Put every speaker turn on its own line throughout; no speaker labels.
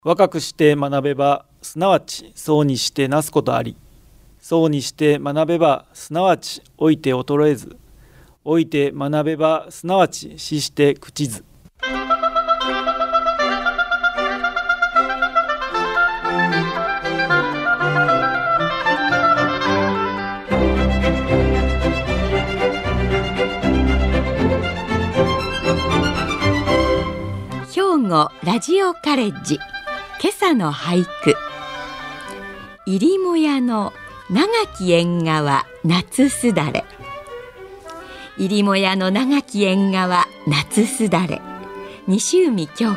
若くして学べば、すなわちそうにしてなすことあり。そうにして学べば、すなわち老いて衰えず。老いて学べば、すなわち死して朽ちず。
兵庫ラジオカレッジ今朝の俳句。入母屋の長き縁側夏すだれ。入母屋の長き縁側夏すだれ、西海京子。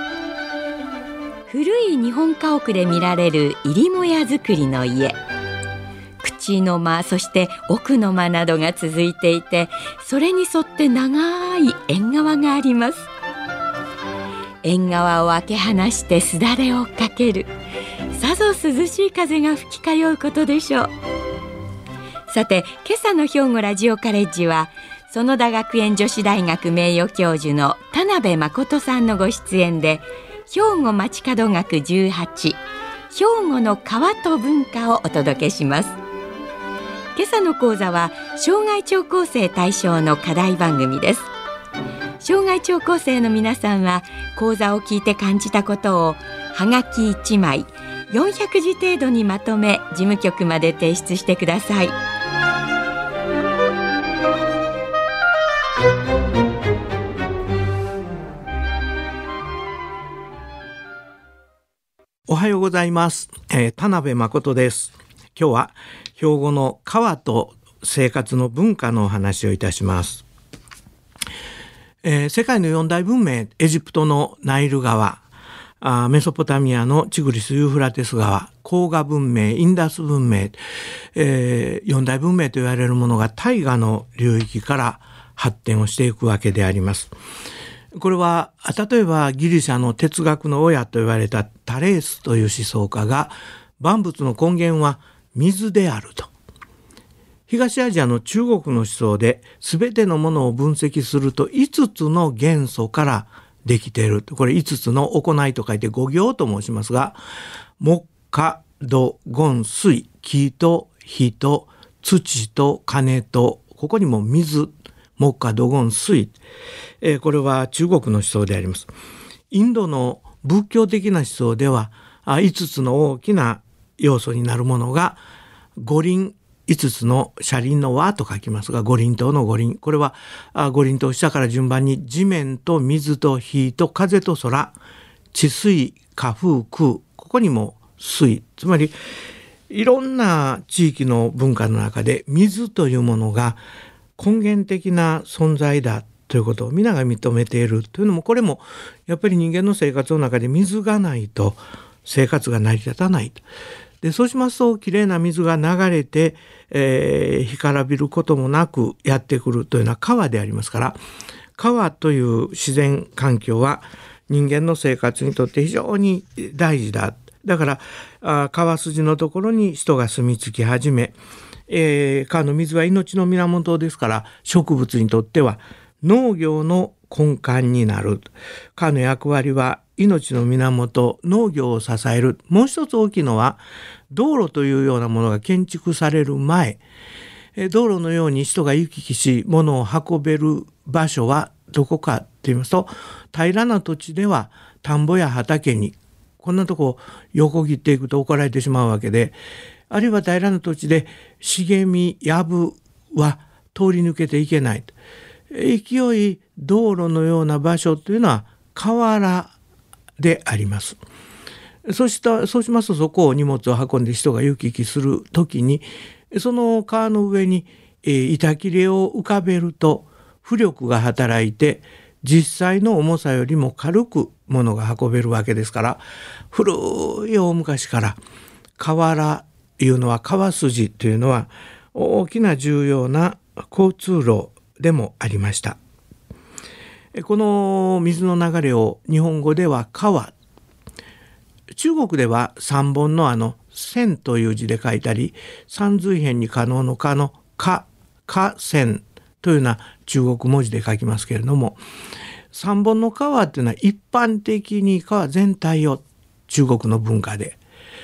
古い日本家屋で見られる入母屋造りの家、口の間、そして奥の間などが続いていて、それに沿って長い縁側があります。縁側を開け放してすだれをかける、さぞ涼しい風が吹き通うことでしょう。さて、今朝の兵庫ラジオカレッジは、園田学園女子大学名誉教授の田辺誠さんのご出演で、兵庫街角学18、兵庫の川と文化をお届けします。今朝の講座は障害聴講生対象の課題番組です。障害聴講生の皆さんは、講座を聞いて感じたことをはがき1枚400字程度にまとめ、事務局まで提出してください。
おはようございます。田辺誠です。今日は兵庫の川と生活の文化のお話をいたします。世界の四大文明、エジプトのナイル川、メソポタミアのチグリス・ユーフラテス川、黄河文明、インダス文明、四大文明と言われるものが大河の領域から発展をしていくわけであります。これは例えばギリシャの哲学の親と言われたタレースという思想家が、万物の根源は水であると。東アジアの中国の思想で、全てのものを分析すると5つの元素からできている。これ5つの行いと書いて五行と申しますが、木火土金水、木と火と土と金と、ここにも水、木火土金水、これは中国の思想であります。インドの仏教的な思想では、5つの大きな要素になるものが五輪、5つの車輪の輪と書きますが、五輪塔の五輪、これは五輪塔下から順番に地面と水と火と風と空、地水火風空、ここにも水、つまりいろんな地域の文化の中で水というものが根源的な存在だということを皆が認めているというのも、これもやっぱり人間の生活の中で水がないと生活が成り立たないと。で、そうしますと、きれいな水が流れて、干からびることもなくやってくるというのは川でありますから、川という自然環境は人間の生活にとって非常に大事だ。だから川筋のところに人が住み着き始め、川の水は命の源ですから、植物にとっては農業の根幹になる。川の役割は命の源、農業を支える。もう一つ大きいのは、道路というようなものが建築される前、道路のように人が行き来し物を運べる場所はどこかと言いますと、平らな土地では田んぼや畑に、こんなとこ横切っていくと怒られてしまうわけで、あるいは平らな土地で茂み藪は通り抜けていけない。勢い道路のような場所というのは河原であります。そうしますと、そこを荷物を運んで人が行き来するときに、その川の上に板切れを浮かべると浮力が働いて、実際の重さよりも軽く物が運べるわけですから、古い大昔から河原というのは、川筋というのは大きな重要な交通路でもありました。この水の流れを日本語では川、中国では三本の線という字で書いたり、三髄辺に可能の可の河川というような中国文字で書きますけれども、三本の川というのは一般的に川全体を中国の文化で。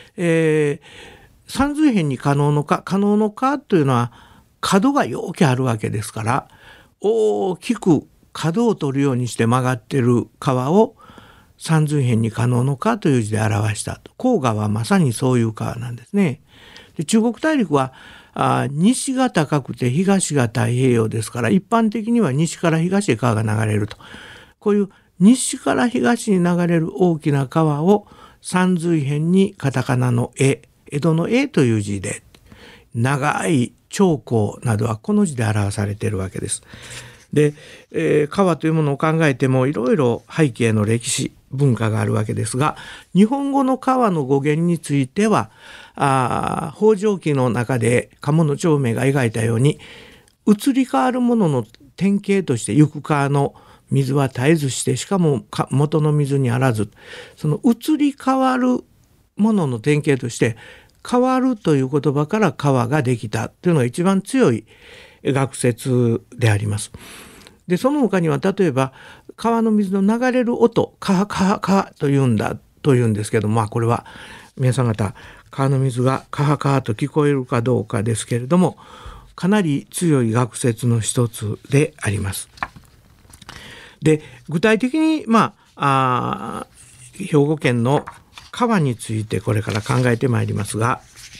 三髄辺に可能の可というのは角がよくあるわけですから、大きく角を取るようにして曲がってる川を三髄辺に可能の可という字で表したと。黄河はまさにそういう川なんですね。で、中国大陸は西が高くて東が太平洋ですから、一般的には西から東へ川が流れると。こういう西から東に流れる大きな川を三髄辺にカタカナの江戸の江という字で、長い長江などはこの字で表されているわけです。で、川というものを考えてもいろいろ背景の歴史文化があるわけですが、日本語の川の語源については北条記の中で鴨の長明が描いたように、移り変わるものの典型として行く川の水は絶えずして、しかも元の水にあらず、その移り変わるものの典型として変わるという言葉から川ができたというのが一番強い学説であります。で、その他には例えば川の水の流れる音、カハカハカハというんですけども、これは皆さん方川の水がカハカハと聞こえるかどうかですけれども、かなり強い学説の一つであります。で、具体的に兵庫県の川についてこれから考えてまいりますが、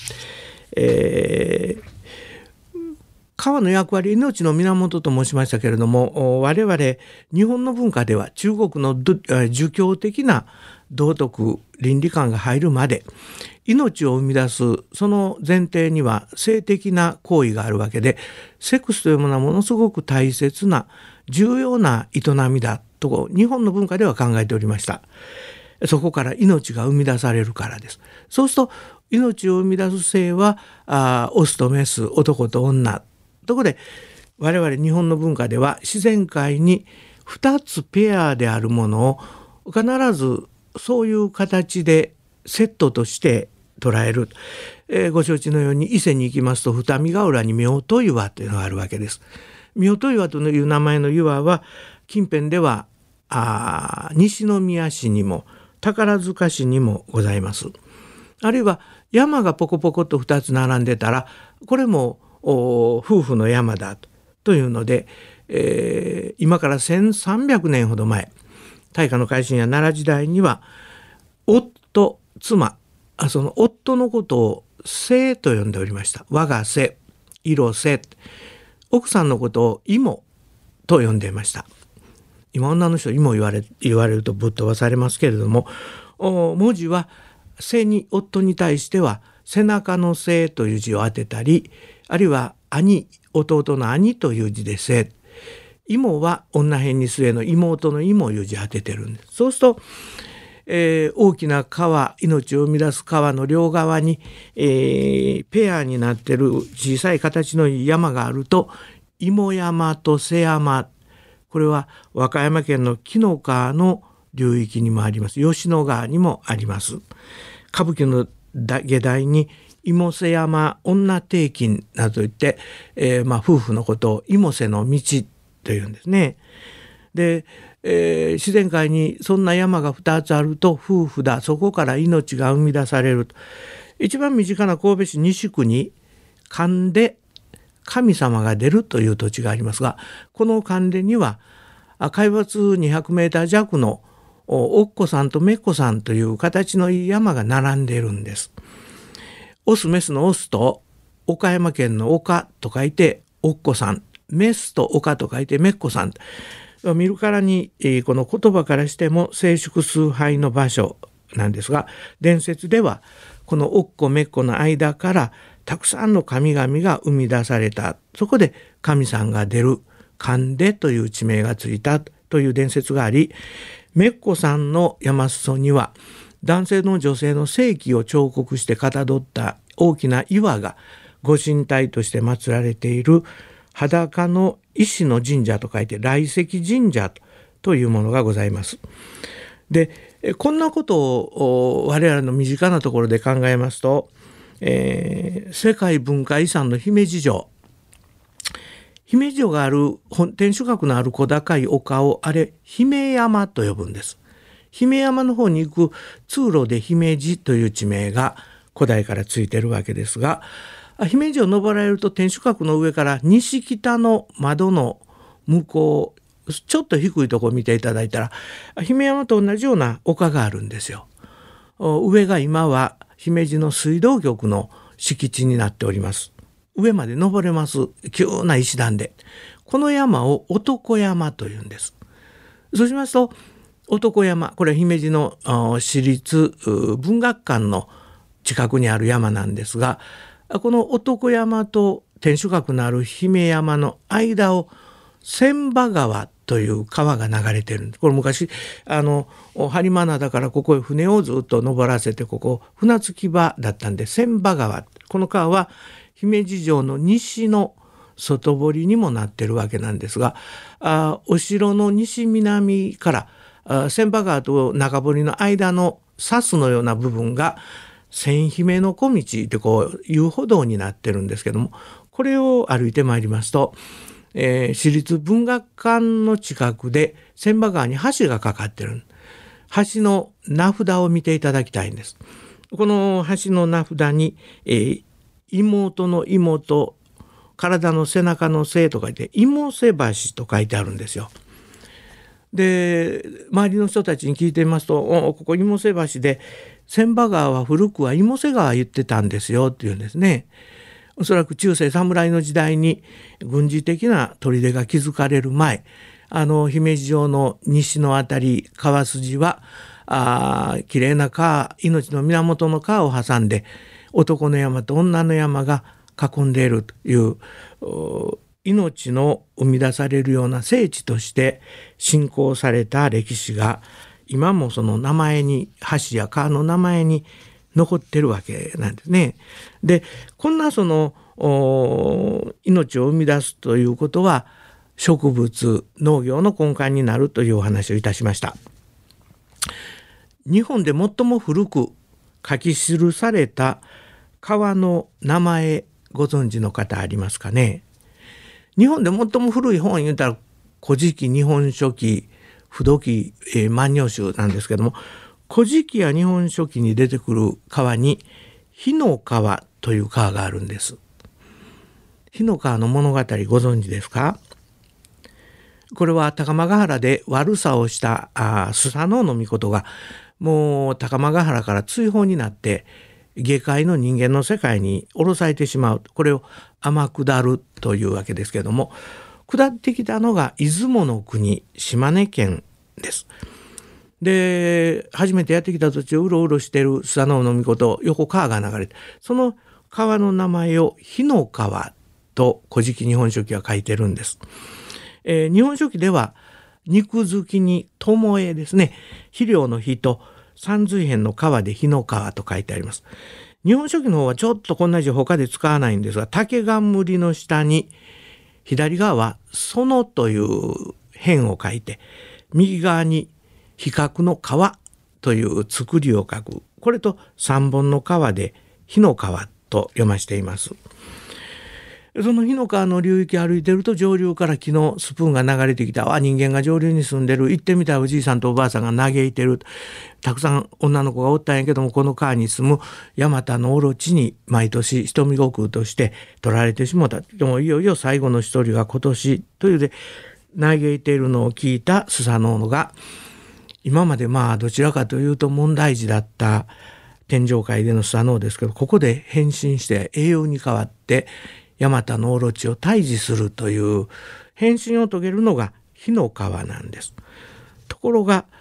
川の役割、命の源と申しましたけれども、我々日本の文化では中国の儒教的な道徳倫理観が入るまで、命を生み出すその前提には性的な行為があるわけで、セックスというものはものすごく大切な重要な営みだと日本の文化では考えておりました。そこから命が生み出されるからです。そうすると命を生み出す性はオスとメス、男と女。ところで我々日本の文化では自然界に2つペアであるものを必ずそういう形でセットとして捉える。ご承知のように伊勢に行きますと二見ヶ浦に夫婦岩というのがあるわけです。夫婦岩という名前の岩は近辺では西宮市にも宝塚市にもございます。あるいは山がポコポコと2つ並んでたら、これも夫婦の山だというので、今から1300年ほど前、大化の改新や奈良時代には夫、妻、その夫のことを姓と呼んでおりました。我が姓、色姓。奥さんのことを妹と呼んでいました。今女の人妹言われるとぶっ飛ばされますけれども、文字は姓に夫に対しては背中の姓という字を当てたり、あるいは兄、弟の兄という字で姓、妹は女辺に末の妹の妹いう字を当ててるんです。そうすると、大きな川、命を生み出す川の両側に、ペアになってる小さい形のいい山があると、妹山と瀬山、これは和歌山県の紀の川の流域にもあります。吉野川にもあります。歌舞伎の下題に妹瀬山女定金などといって、夫婦のことを妹瀬の道というんですね。で、自然界にそんな山が2つあると夫婦だ、そこから命が生み出されると。一番身近な神戸市西区に神出、神様が出るという土地がありますが、この神出には海抜200メーター弱のおっこさんとめっこさんという形のいい山が並んでいるんです。オスメスのオスと岡山県の岡と書いておっこさん、メスと岡と書いてめっこさん。見るからにこの言葉からしても静粛崇拝の場所なんですが、伝説ではこのおっこめっこの間からたくさんの神々が生み出された。そこで神さんが出る神出という地名がついたという伝説があり、めっこさんの山裾には男性の女性の性器を彫刻してかたどった大きな岩がご神体として祀られている裸の石の神社と書いて来石神社というものがございます。で、こんなことを我々の身近なところで考えますと、世界文化遺産の姫路城、姫路城がある天守閣のある小高い丘をあれ姫山と呼ぶんです。 姫山の方に行く通路で姫路という地名が古代からついてるわけですが、姫路を登られると天守閣の上から西北の窓の向こうちょっと低いところを見ていただいたら姫山と同じような丘があるんですよ。上が今は姫路の水道局の敷地になっております。上まで登れます。急な石段で。この山を男山というんです。そうしますと男山、これは姫路の市立文学館の近くにある山なんですが、この男山と天守閣のある姫山の間を千羽川という川が流れてるんです。これ昔播磨灘からここへ船をずっと登らせて、ここ船着き場だったんで千羽川、この川は姫路城の西の外堀にもなってるわけなんですが、お城の西南から千羽川と中堀の間の砂州のような部分が千姫の小道ってこう遊歩道になってるんですけども、これを歩いてまいりますと、市立文学館の近くで千羽川に橋がかかってる。橋の名札を見ていただきたいんです。この橋の名札に、妹の妹、体の背中の背と書いて妹背橋と書いてあるんですよ。で周りの人たちに聞いてみますと、ここ妹背橋で千羽川は古くは妹背川言ってたんですよっていうんですね。おそらく中世侍の時代に軍事的な砦が築かれる前、姫路城の西のあたり川筋はきれいな川、命の源の川を挟んで男の山と女の山が囲んでいるという命の生み出されるような聖地として信仰された歴史が今もその名前に、橋や川の名前に残ってるわけなんですね。でこんなその命を生み出すということは植物農業の根幹になるというお話をいたしました。日本で最も古く書き記された川の名前ご存知の方ありますかね。日本で最も古い本言うたら古事記、日本書紀、不土記、万葉集なんですけども、古事記や日本書紀に出てくる川に日の川という川があるんです。日の川の物語ご存知ですか。これは高間ヶ原で悪さをしたスサノオノミコトがもう高間ヶ原から追放になって下界の人間の世界に降ろされてしまう。これを天下るというわけですけれども、下ってきたのが出雲の国島根県です。で初めてやってきた途中うろうろしているスサノオノミコト、横川が流れて、その川の名前を日の川と古事記日本書紀は書いてるんです。日本書紀では肉付きに巴ですね、肥料の肥と三髄辺の川で日の川と書いてあります。日本書紀の方はちょっとこんな字他で使わないんですが、竹冠の下に左側は園という辺を書いて、右側に比較の川という作りを書く。これと三本の川で日の川と読ましています。その日の川の流域を歩いてると上流から木のスプーンが流れてきた。人間が上流に住んでる。行ってみたらおじいさんとおばあさんが嘆いてる。たくさん女の子がおったんやけども、この川に住むヤマタノオロチに毎年人見悟空として取られてしもた。でもいよいよ最後の一人が今年というで嘆いているのを聞いたスサノオノが、今までどちらかというと問題児だった天上界でのスサノオですけど、ここで変身して英雄に変わってヤマタノオロチを退治するという変身を遂げるのが日の川なんです。ところが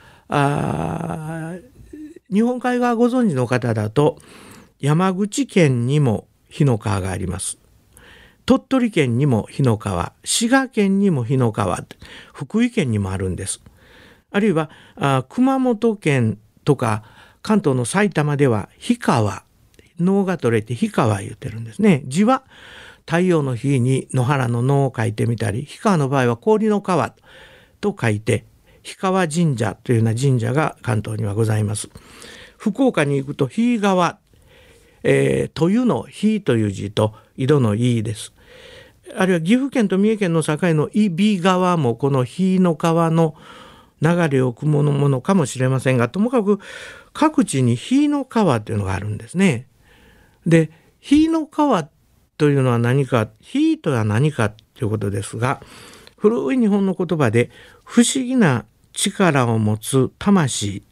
日本海側ご存知の方だと山口県にも日の川があります。鳥取県にも日の川、滋賀県にも日の川、福井県にもあるんです。あるいは熊本県とか関東の埼玉では日川、能が取れて日川言ってるんですね。字は太陽の日に野原の野を書いてみたり、日川の場合は氷の川と書いて日川神社というような神社が関東にはございます。福岡に行くと日井川、というの日という字と井戸の井です。あるいは岐阜県と三重県の境の揖斐川もこの日の川の流れを汲むものかもしれませんが、ともかく各地に檜の川というのがあるんですね。で、檜の川というのは何か、檜とは何かということですが、古い日本の言葉で不思議な力を持つ魂、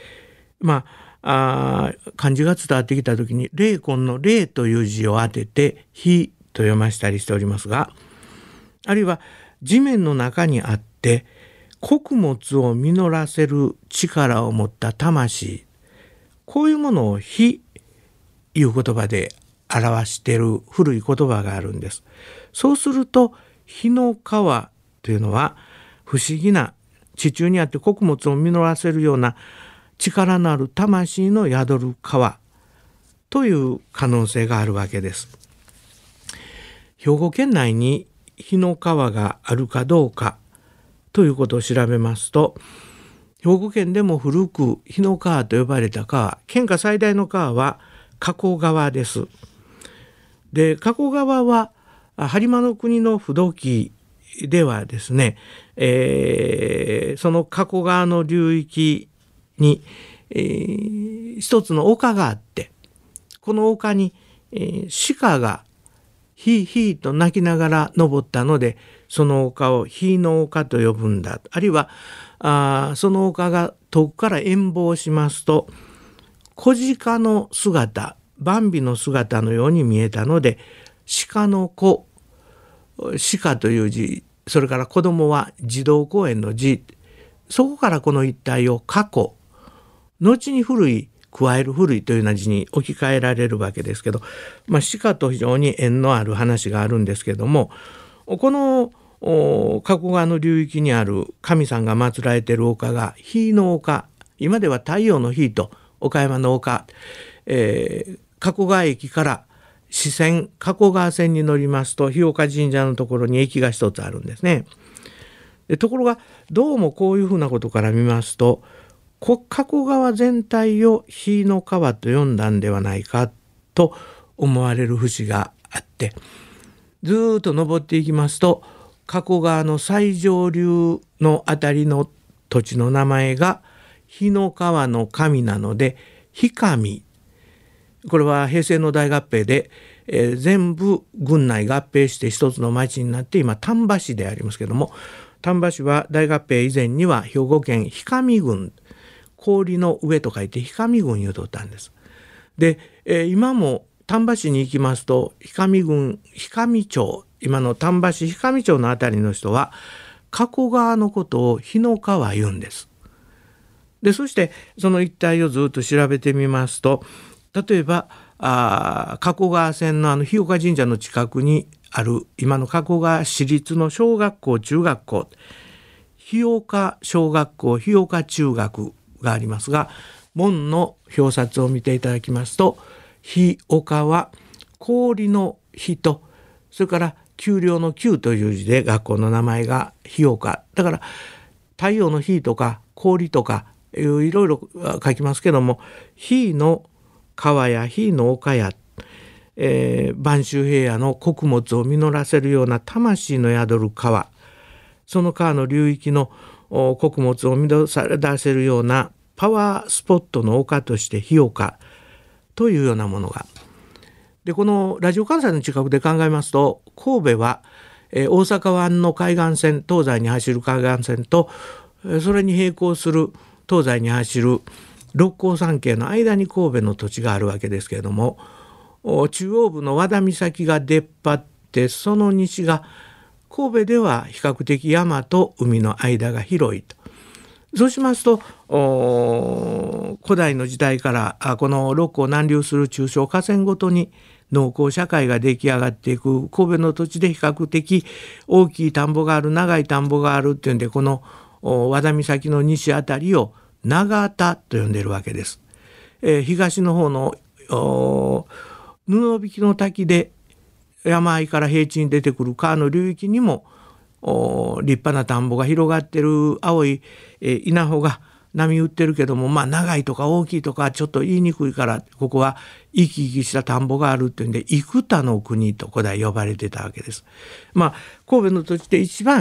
漢字が伝わってきた時に霊魂の霊という字を当てて檜と読ましたりしておりますが、あるいは地面の中にあって穀物を実らせる力を持った魂、こういうものを檜いう言葉で表している古い言葉があるんです。そうすると檜の川というのは不思議な地中にあって穀物を実らせるような力のある魂の宿る川という可能性があるわけです。兵庫県内に檜の川があるかどうかということを調べますと、兵庫県でも古く檜の川と呼ばれた川、県下最大の川は加古川です。で、加古川は播磨の国の不動記ではですね、その加古川の流域に、一つの丘があって、この丘に、鹿がヒーヒーと鳴きながら登ったので、その丘を檜の丘と呼ぶんだ。あるいはその丘が遠くから遠望しますと、小鹿の姿、バンビの姿のように見えたので、鹿の子、鹿という字、それから子供は児童公園の字、そこからこの一帯を過去、後に古い、加える古いというような字に置き換えられるわけですけど、鹿と非常に縁のある話があるんですけども、この加古川の流域にある神さんが祀られている丘が檜の丘、今では太陽の檜と岡山の丘、加古川駅から支線加古川線に乗りますと日岡神社のところに駅が一つあるんですね。ところがどうもこういうふうなことから見ますと、加古川全体を檜の川と呼んだんではないかと思われる節があって、ずっと登っていきますと加古川の最上流のあたりの土地の名前が檜の川の神なので檜神、これは平成の大合併で、全部郡内合併して一つの町になって今丹波市でありますけども、丹波市は大合併以前には兵庫県氷上郡、氷の上と書いて氷上郡言うとったんです。で、今も丹波市に行きますと氷上郡氷上町、今の丹波市氷上町のあたりの人は加古川のことを檜の川言うんです。で、そしてその一帯をずっと調べてみますと、例えば加古川線の日岡神社の近くにある今の加古川市立の小学校中学校、日岡小学校日岡中学がありますが、門の表札を見ていただきますと、日岡は氷の日と、それから丘陵の丘という字で学校の名前が日岡だから、太陽の日とか氷とかいろいろ書きますけども、日の川や檜の丘や、播州平野の穀物を実らせるような魂の宿る川、その川の流域の穀物を実らせるようなパワースポットの丘として日岡というようなものが、でこのラジオ関西の近くで考えますと、神戸は、大阪湾の海岸線、東西に走る海岸線とそれに並行する東西に走る六甲山系の間に神戸の土地があるわけですけれども、中央部の和田岬が出っ張って、その西が神戸では比較的山と海の間が広いと。そうしますと古代の時代からこの六甲を南流する中小河川ごとに農耕社会が出来上がっていく神戸の土地で比較的大きい田んぼがある、長い田んぼがあるっていうんで、この和田岬の西あたりを長田と呼んでいるわけです。東の方の布引の滝で山あいから平地に出てくる川の流域にも立派な田んぼが広がってる、青い稲穂が波打ってるけども、長いとか大きいとかちょっと言いにくいから、ここは生き生きした田んぼがあるっていうんで生田の国と古代呼ばれてたわけです。神戸の土地で一番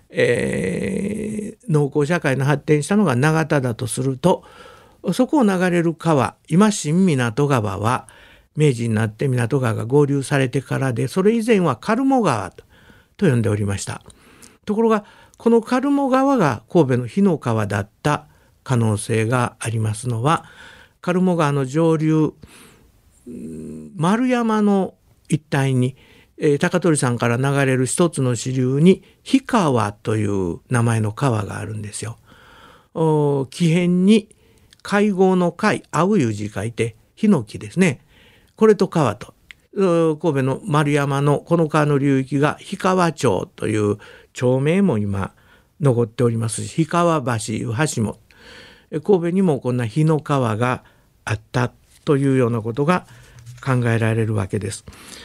農耕社会の発展したのが長田だとすると、そこを流れる川、今新湊川は明治になって湊川が合流されてからで、それ以前は苅藻川と呼んでおりました。ところがこの苅藻川が神戸の日野川だった可能性がありますのは、苅藻川の上流、丸山の一帯に、高取山から流れる一つの支流に日川という名前の川があるんですよ。木偏に会合の会、青いう字書いてヒノキですね。これと川と、神戸の丸山のこの川の流域が日川町という町名も今残っておりますし、日川橋いう橋も、神戸にもこんな日の川があったというようなことが考えられるわけです。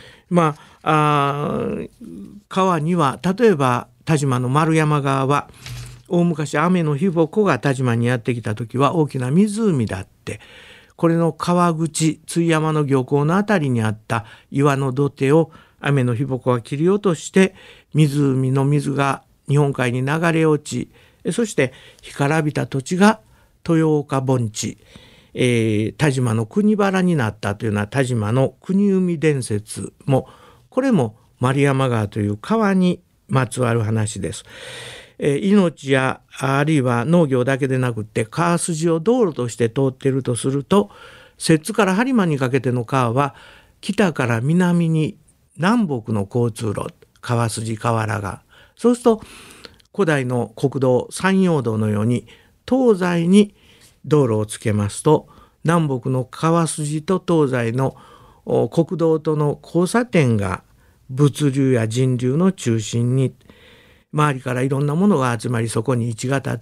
川には例えば田島の丸山川は大昔雨の日母が田島にやってきた時は大きな湖だって、これの川口津山の漁港のあたりにあった岩の土手を雨の日母が切り落として湖の水が日本海に流れ落ち、そして干からびた土地が豊岡盆地、田島の国原になったというのは田島の国海伝説も、これも丸山川という川にまつわる話です。命やあるいは農業だけでなくって川筋を道路として通っているとすると、摂津から播磨にかけての川は北から南に南北の交通路、川筋河原が、そうすると古代の国道山陽道のように東西に道路をつけますと、南北の川筋と東西の国道との交差点が物流や人流の中心に、周りからいろんなものが集まり、そこに一が立って、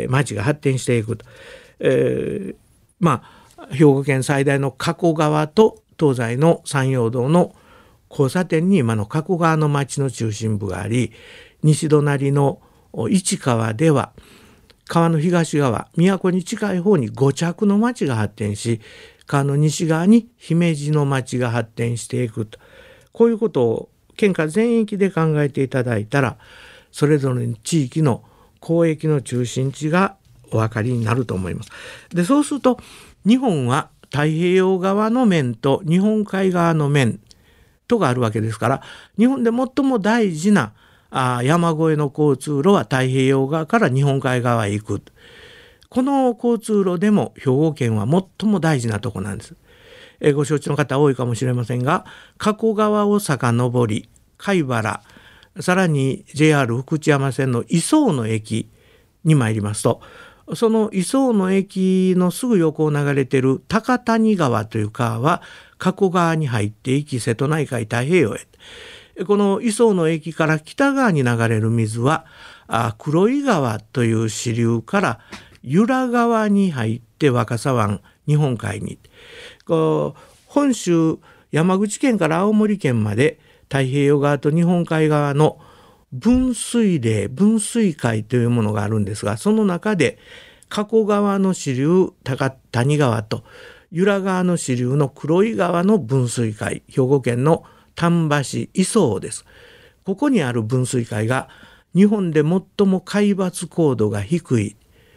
町が発展していくと、兵庫県最大の加古川と東西の山陽道の交差点に今の加古川の町の中心部があり、西隣の市川では川の東側、都に近い方に五着の町が発展し、川の西側に姫路の町が発展していくと、こういうことを県下全域で考えていただいたら、それぞれの地域の交易の中心地がお分かりになると思います。で、そうすると日本は太平洋側の面と日本海側の面とがあるわけですから、日本で最も大事な山越えの交通路は太平洋側から日本海側へ行く。この交通路でも兵庫県は最も大事なとこなんです。ご承知の方多いかもしれませんが、加古川を遡り貝原、さらに JR 福知山線の磯生の駅に参りますと、その磯生の駅のすぐ横を流れている高谷川という川は加古川に入っていき、瀬戸内海太平洋へ。この磯生の駅から北側に流れる水は黒井川という支流から由良川に入って若狭湾日本海に、本州山口県から青森県まで太平洋側と日本海側の分水嶺、分水海というものがあるんですが、その中で加古川の支流高谷川と由良川の支流の黒井川の分水海、兵庫県の丹波市磯生です。ここにある分水海が日本で最も海抜高度が低い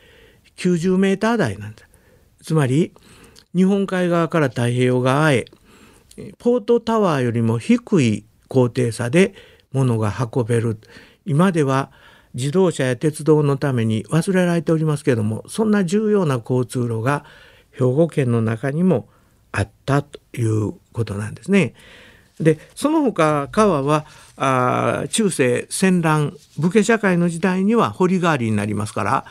90メーター台なんです。つまり日本海側から太平洋側へポートタワーよりも低い高低差で物が運べる。今では自動車や鉄道のために忘れられておりますけれども、そんな重要な交通路が兵庫県の中にもあったということなんですね。で、その他川は中世戦乱武家社会の時代には堀代わりになりますから、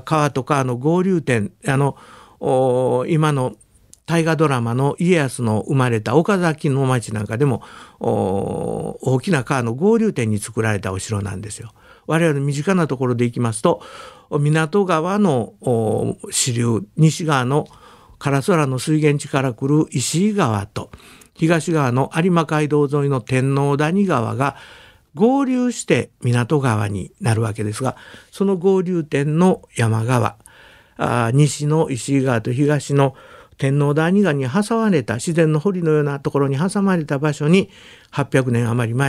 川と川の合流点、今の大河ドラマの家康の生まれた岡崎の町なんかでも大きな川の合流点に作られたお城なんですよ。我々の身近なところで行きますと、湊川の支流西側の唐空の水源地から来る石井川と東側の有馬街道沿いの天王谷川が合流して湊川になるわけですが、その合流点の山川、西の石井川と東の天王谷川に挟まれた自然の堀のようなところに挟まれた場所に800年余り前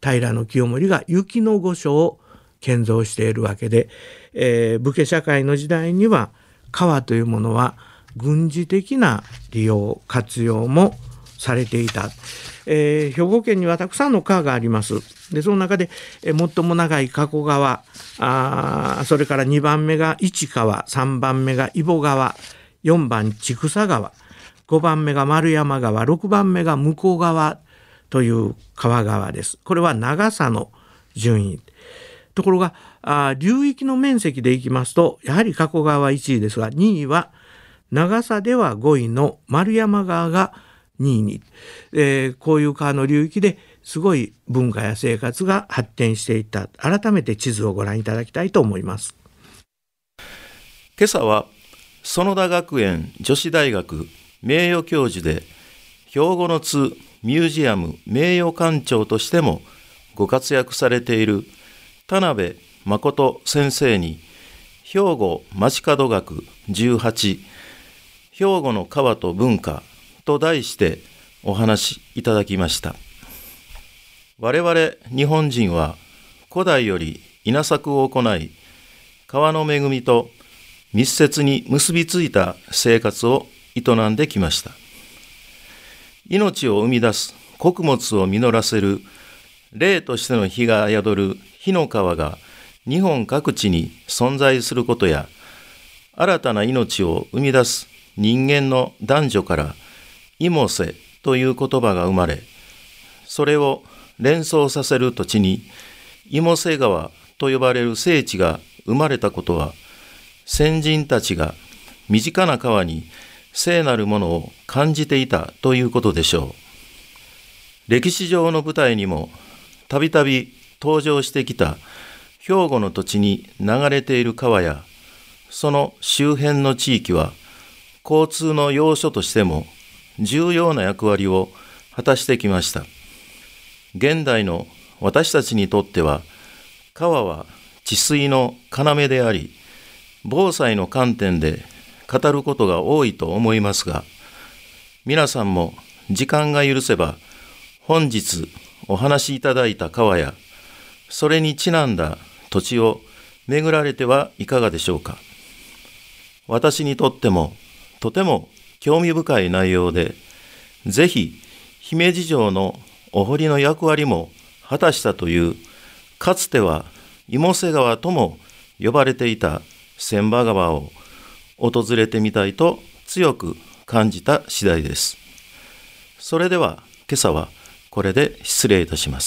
平清盛が雪の御所を建造しているわけで、武家社会の時代には川というものは軍事的な利用活用もされていた。兵庫県にはたくさんの川があります。でその中で、最も長い加古川、それから2番目が市川、3番目が揖保川、4番千種川、5番目が丸山川、6番目が向こう川という川です。これは長さの順位。ところが流域の面積でいきますとやはり加古川は1位ですが、2位は長さでは5位の丸山川が2位に、こういう川の流域ですごい文化や生活が発展していった。改めて地図をご覧いただきたいと思います。
今朝は園田学園女子大学名誉教授で兵庫の津ミュージアム名誉館長としてもご活躍されている田辺誠先生に兵庫街角学18兵庫の川と文化と題してお話しいただきました。我々日本人は古代より稲作を行い、川の恵みと密接に結びついた生活を営んできました。命を生み出す穀物を実らせる霊としての火が宿る火の川が日本各地に存在することや、新たな命を生み出す人間の男女からイモセという言葉が生まれ、それを連想させる土地にイモセ川と呼ばれる聖地が生まれたことは、先人たちが身近な川に聖なるものを感じていたということでしょう。歴史上の舞台にもたびたび登場してきた兵庫の土地に流れている川やその周辺の地域は交通の要所としても重要な役割を果たしてきました。現代の私たちにとっては川は治水の要であり、防災の観点で語ることが多いと思いますが、皆さんも時間が許せば本日お話しいただいた川やそれにちなんだ土地を巡られてはいかがでしょうか。私にとってもとても興味深い内容で、ぜひ姫路城のお堀の役割も果たしたという、かつては妹瀬川とも呼ばれていた千波川を訪れてみたいと強く感じた次第です。それでは今朝はこれで失礼いたします。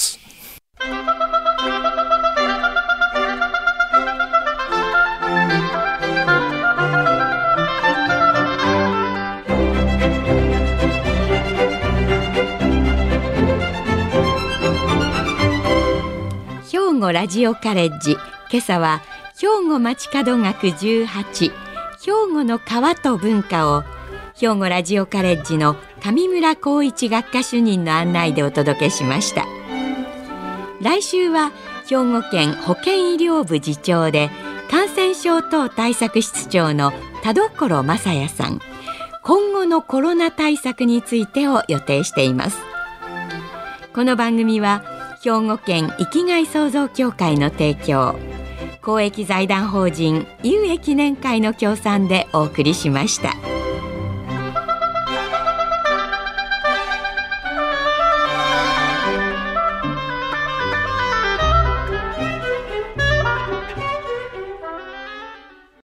兵庫ラジオカレッジ、今朝は兵庫街角学18、兵庫の川と文化を兵庫ラジオカレッジの上村光一学科主任の案内でお届けしました。来週は兵庫県保健医療部次長で感染症等対策室長の田所正也さん、今後のコロナ対策についてを予定しています。この番組は兵庫県生きがい創造協会の提供、公益財団法人有益記念会の協賛でお送りしました。